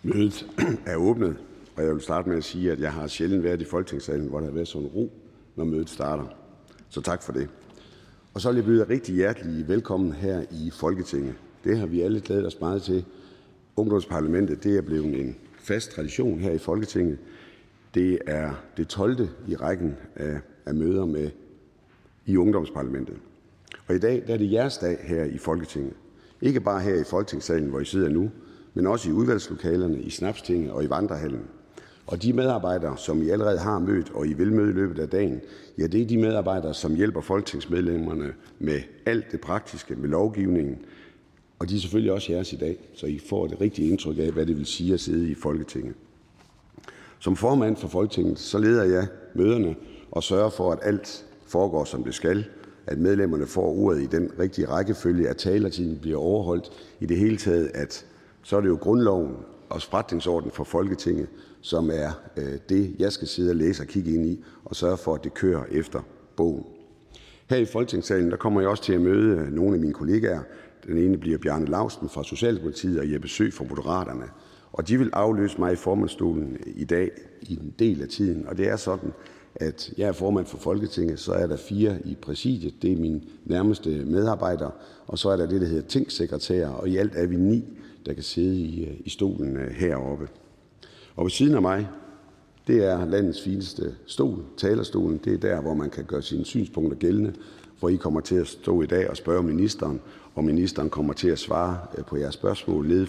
Mødet er åbnet, og jeg vil starte med at sige, at jeg har sjældent været i Folketingssalen, hvor der har været sådan ro, når mødet starter. Så tak for det. Og så vil jeg byde jer rigtig hjertelig velkommen her i Folketinget. Det har vi alle glædet os meget til. Ungdomsparlamentet, det er blevet en fast tradition her i Folketinget. Det er det 12. i rækken af møder i Ungdomsparlamentet. Og i dag der er det jeres dag her i Folketinget. Ikke bare her i Folketingssalen, hvor I sidder nu, men også i udvalgslokalerne, i Snapstinget og i Vandrehallen. Og de medarbejdere, som I allerede har mødt, og I vil møde i løbet af dagen, ja, det er de medarbejdere, som hjælper folketingsmedlemmerne med alt det praktiske, med lovgivningen. Og de er selvfølgelig også jeres i dag, så I får det rigtige indtryk af, hvad det vil sige at sidde i Folketinget. Som formand for Folketinget, så leder jeg møderne og sørger for, at alt foregår, som det skal, at medlemmerne får ordet i den rigtige rækkefølge, at taletiden bliver overholdt. I det hele taget, at så er det jo grundloven og forretningsordenen for Folketinget, som er det, jeg skal sidde og læse og kigge ind i, og sørge for, at det kører efter bogen. Her i Folketingssalen, der kommer jeg også til at møde nogle af mine kollegaer. Den ene bliver Bjarne Laustsen fra Socialdemokratiet og Jeppe Søe fra Moderaterne. Og de vil afløse mig i formandsstolen i dag i en del af tiden. Og det er sådan, at jeg er formand for Folketinget, så er der 4 i præsidiet. Det er mine nærmeste medarbejdere. Og så er der det, der hedder tingsekretærer. Og i alt er vi 9, der kan sidde i stolen heroppe. Og ved siden af mig, det er landets fineste stol, talerstolen. Det er der, hvor man kan gøre sine synspunkter gældende, hvor I kommer til at stå i dag og spørge ministeren, og ministeren kommer til at svare på jeres spørgsmål ned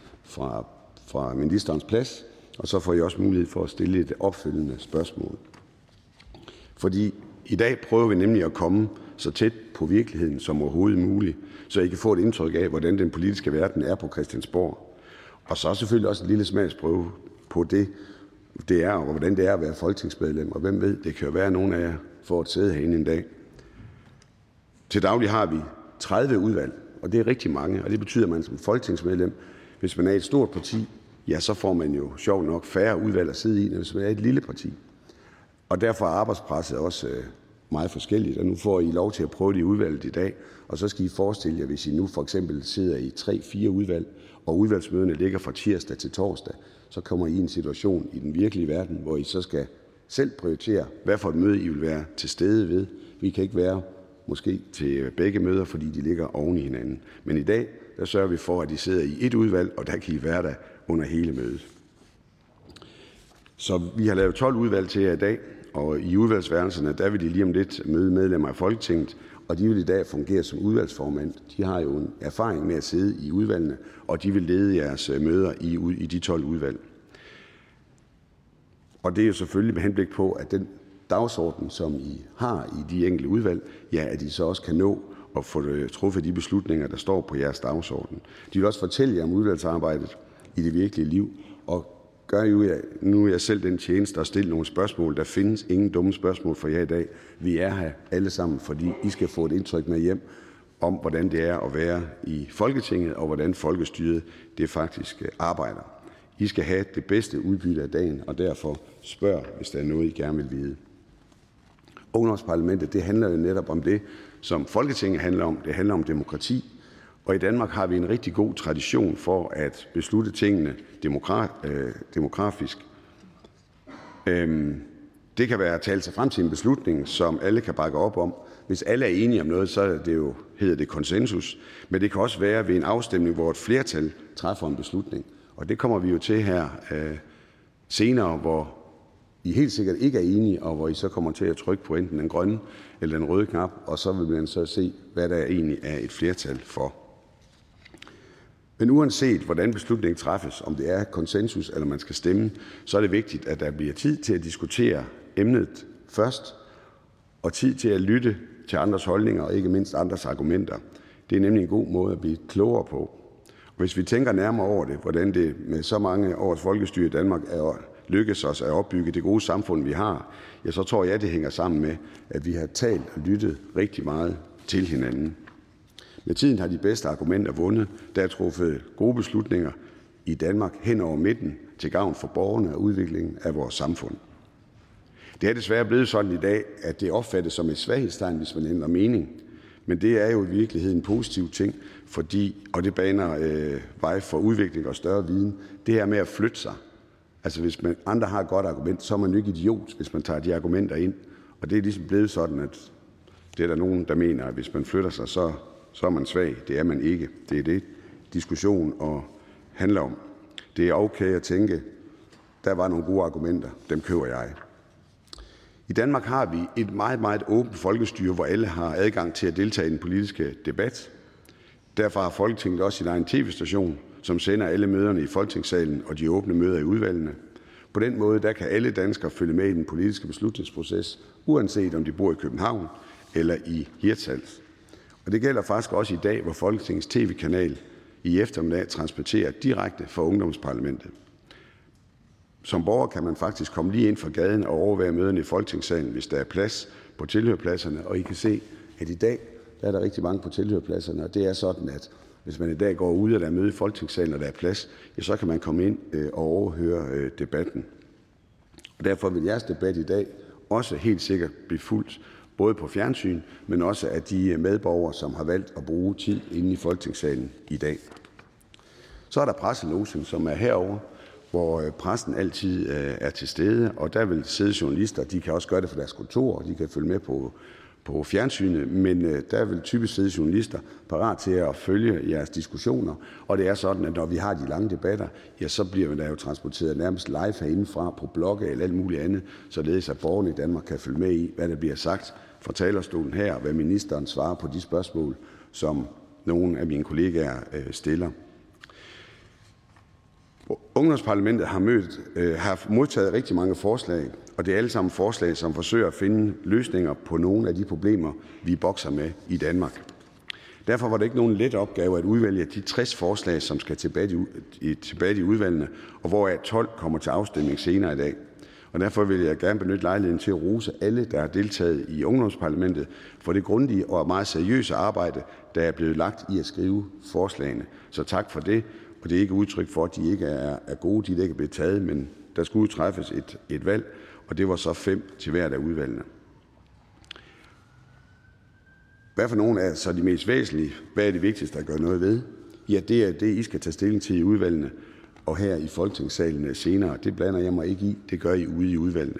fra ministerens plads, og så får I også mulighed for at stille et opfølgende spørgsmål. Fordi i dag prøver vi nemlig at komme så tæt på virkeligheden som overhovedet muligt, så I kan få et indtryk af, hvordan den politiske verden er på Christiansborg. Og så selvfølgelig også en lille smagsprøve på det er, og hvordan det er at være folketingsmedlem. Og hvem ved, det kan jo være, at nogen af jer får et sæde herinde en dag. Til daglig har vi 30 udvalg, og det er rigtig mange. Og det betyder, at man som folketingsmedlem, hvis man er et stort parti, ja, så får man jo sjovt nok færre udvalg at sidde i, end hvis man er et lille parti. Og derfor er arbejdspresset også meget forskelligt, og nu får I lov til at prøve det i udvalget i dag, og så skal I forestille jer, hvis I nu for eksempel sidder i 3-4 udvalg, og udvalgsmøderne ligger fra tirsdag til torsdag, så kommer I i en situation i den virkelige verden, hvor I så skal selv prioritere, hvad for et møde I vil være til stede ved. Vi kan ikke være måske til begge møder, fordi de ligger oven i hinanden. Men i dag, der sørger vi for, at I sidder i et udvalg, og der kan I være der under hele mødet. Så vi har lavet 12 udvalg til jer i dag, og i udvalgsværelserne, der vil de lige om lidt møde medlemmer af Folketinget, og de vil i dag fungere som udvalgsformand. De har jo en erfaring med at sidde i udvalgene, og de vil lede jeres møder i de 12 udvalg. Og det er jo selvfølgelig med henblik på, at den dagsorden, som I har i de enkelte udvalg, ja, at I så også kan nå at få truffet de beslutninger, der står på jeres dagsorden. De vil også fortælle jer om udvalgsarbejdet i det virkelige liv, og gør jo nu jeg selv den tjeneste og stille nogle spørgsmål. Der findes ingen dumme spørgsmål for jer i dag. Vi er her alle sammen, fordi I skal få et indtryk med hjem om, hvordan det er at være i Folketinget, og hvordan folkestyret det faktisk arbejder. I skal have det bedste udbytte af dagen, og derfor spørg, hvis der er noget, I gerne vil vide. Ungdomsparlamentet, det handler jo netop om det, som Folketinget handler om. Det handler om demokrati. Og i Danmark har vi en rigtig god tradition for at beslutte tingene demografisk. Det kan være at tale sig frem til en beslutning, som alle kan bakke op om. Hvis alle er enige om noget, så er det jo, hedder det konsensus. Men det kan også være ved en afstemning, hvor et flertal træffer en beslutning. Og det kommer vi jo til her senere, hvor I helt sikkert ikke er enige, og hvor I så kommer til at trykke på enten den grønne eller den røde knap, og så vil man så se, hvad der egentlig er et flertal for. Men uanset hvordan beslutningen træffes, om det er konsensus eller man skal stemme, så er det vigtigt, at der bliver tid til at diskutere emnet først, og tid til at lytte til andres holdninger og ikke mindst andres argumenter. Det er nemlig en god måde at blive klogere på. Og hvis vi tænker nærmere over det, hvordan det med så mange års folkestyre i Danmark lykkes os at opbygge det gode samfund, vi har, ja, så tror jeg, det hænger sammen med, at vi har talt og lyttet rigtig meget til hinanden. Med tiden har de bedste argumenter vundet. Der er truffet gode beslutninger i Danmark hen over midten til gavn for borgerne og udviklingen af vores samfund. Det er desværre blevet sådan i dag, at det opfattes som et svaghedstegn, hvis man ændrer mening. Men det er jo i virkeligheden en positiv ting, og det baner vej for udvikling og større viden. Det her med at flytte sig. Altså hvis andre har et godt argument, så er man jo ikke idiot, hvis man tager de argumenter ind. Og det er ligesom blevet sådan, at det er der nogen, der mener, at hvis man flytter sig, så er man svag. Det er man ikke. Det er det, diskussion og handler om. Det er okay at tænke, der var nogle gode argumenter, dem køber jeg. I Danmark har vi et meget, meget åbent folkestyre, hvor alle har adgang til at deltage i den politiske debat. Derfor har Folketinget også sin egen tv-station, som sender alle møderne i Folketingssalen og de åbne møder i udvalgene. På den måde der kan alle danskere følge med i den politiske beslutningsproces, uanset om de bor i København eller i Hirtshals. Og det gælder faktisk også i dag, hvor Folketingets tv-kanal i eftermiddag transporterer direkte fra Ungdomsparlamentet. Som borger kan man faktisk komme lige ind fra gaden og overvære møderne i Folketingssalen, hvis der er plads på tilhørpladserne. Og I kan se, at i dag der er der rigtig mange på tilhørpladserne, og det er sådan, at hvis man i dag går ud og der er møde i Folketingssalen, og der er plads, ja, så kan man komme ind og overhøre debatten. Og derfor vil jeres debat i dag også helt sikkert blive fulgt, både på fjernsyn, men også af de medborgere, som har valgt at bruge tid inde i Folketingssalen i dag. Så er der presselogen, som er herovre, hvor pressen altid er til stede, og der vil sidde journalister. De kan også gøre det fra deres kontor, og de kan følge med på fjernsynet, men der vil typisk sidde journalister parat til at følge jeres diskussioner. Og det er sådan, at når vi har de lange debatter, ja, så bliver der jo transporteret nærmest live herindefra på blogge eller alt muligt andet, således at borgerne i Danmark kan følge med i, hvad der bliver sagt fra talerstolen her, og hvad ministeren svarer på de spørgsmål, som nogle af mine kollegaer stiller. Ungdomsparlamentet har modtaget rigtig mange forslag, og det er alle sammen forslag, som forsøger at finde løsninger på nogle af de problemer, vi bokser med i Danmark. Derfor var det ikke nogen let opgave at udvælge de 60 forslag, som skal tilbage i udvalgene, og hvoraf 12 kommer til afstemning senere i dag. Og derfor vil jeg gerne benytte lejligheden til at rose alle, der har deltaget i Ungdomsparlamentet, for det grundige og meget seriøse arbejde, der er blevet lagt i at skrive forslagene. Så tak for det. Og det er ikke udtryk for, at de ikke er gode, de ikke er blevet taget, men der skulle træffes et valg, og det var så 5 til hvert af udvalgene. Hvad for nogle er så de mest væsentlige? Hvad er det vigtigste at gøre noget ved? Ja, det er det, I skal tage stilling til i udvalgene, og her i Folketingssalen senere. Det blander jeg mig ikke i, det gør I ude i udvalgene.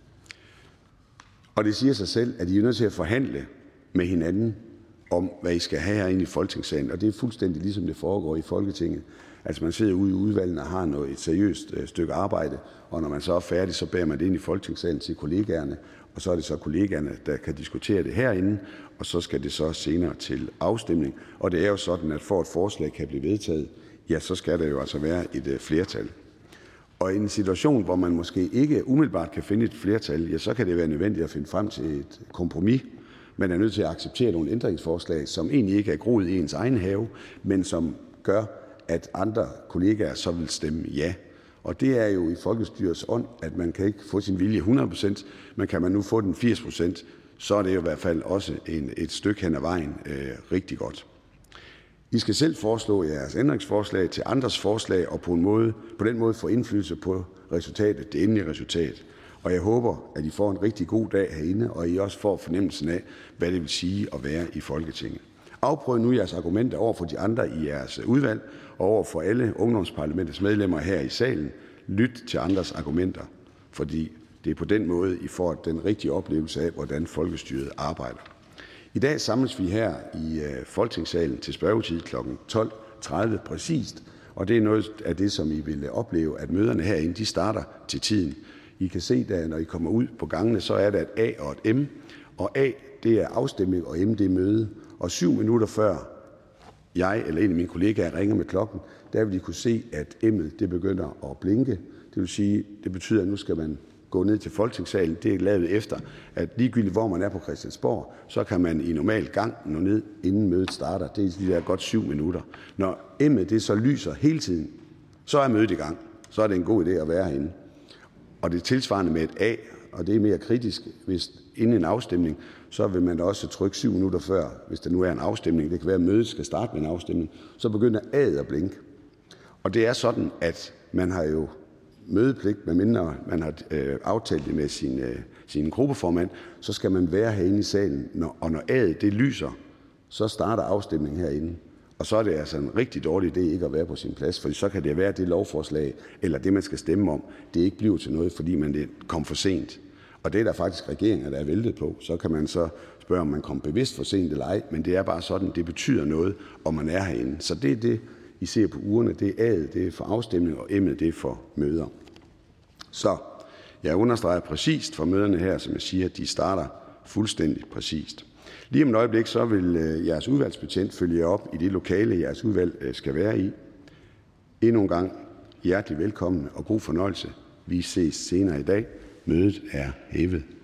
Og det siger sig selv, at I er nødt til at forhandle med hinanden om, hvad I skal have herinde i Folketingssalen, og det er fuldstændig ligesom det foregår i Folketinget. Altså man sidder ude i udvalgene og har et seriøst stykke arbejde, og når man så er færdig, så bærer man det ind i Folketingssalen til kollegaerne, og så er det så kollegaerne, der kan diskutere det herinde, og så skal det så senere til afstemning. Og det er jo sådan, at for et forslag kan blive vedtaget, ja, så skal der jo altså være et flertal. Og i en situation, hvor man måske ikke umiddelbart kan finde et flertal, ja, så kan det være nødvendigt at finde frem til et kompromis. Man er nødt til at acceptere nogle ændringsforslag, som egentlig ikke er groet i ens egen have, men som gør, at andre kollegaer så vil stemme ja. Og det er jo i folkestyrets ånd, at man kan ikke få sin vilje 100%, men kan man nu få den 80%, så er det jo i hvert fald også et stykke hen ad vejen rigtig godt. I skal selv foreslå jeres ændringsforslag til andres forslag, og på den måde få indflydelse på resultatet, det endelige resultat. Og jeg håber, at I får en rigtig god dag herinde, og I også får fornemmelsen af, hvad det vil sige at være i Folketinget. Afprøv nu jeres argumenter over for de andre i jeres udvalg, og over for alle Ungdomsparlamentets medlemmer her i salen. Lyt til andres argumenter, fordi det er på den måde, I får den rigtige oplevelse af, hvordan folkestyret arbejder. I dag samles vi her i Folketingssalen til spørgetid kl. 12.30 præcist, og det er noget af det, som I vil opleve, at møderne herinde, de starter til tiden. I kan se, at når I kommer ud på gangene, så er der et A og et M, og A, det er afstemning, og M, det er møde. Og 7 minutter før jeg eller en af mine kollegaer ringer med klokken, der vil I kunne se, at M'et det begynder at blinke. Det vil sige, det betyder, at nu skal man gå ned til Folketingssalen. Det er lavet efter, at ligegyldigt hvor man er på Christiansborg, så kan man i normal gang nå ned, inden mødet starter. Det er de der godt 7 minutter. Når M'et det så lyser hele tiden, så er mødet i gang. Så er det en god idé at være herinde. Og det er tilsvarende med et A, og det er mere kritisk. Hvis inden en afstemning, så vil man også trykke 7 minutter før, hvis der nu er en afstemning. Det kan være, at mødet skal starte med en afstemning. Så begynder A'et at blinke. Og det er sådan, at man har jo mødepligt, medmindre man har aftalt det med sin gruppeformand, så skal man være herinde i salen, og når A'et det lyser, så starter afstemningen herinde. Og så er det altså en rigtig dårlig idé ikke at være på sin plads, for så kan det være, at det lovforslag, eller det, man skal stemme om, det ikke bliver til noget, fordi man kom for sent. Og det er der faktisk regeringer, der er væltet på. Så kan man så spørge, om man kom bevidst for sent eller ej, men det er bare sådan, det betyder noget, om man er herinde. Så det er det, I ser på ugerne. Det er A'et, det er for afstemning, og M'et, det er for møder. Så jeg understreger præcist for møderne her, som jeg siger, at de starter fuldstændig præcist. Lige om et øjeblik, så vil jeres udvalgsbetjent følge jer op i det lokale, jeres udvalg skal være i. Endnu en gang hjertelig velkommen og god fornøjelse. Vi ses senere i dag. Mødet er hævet.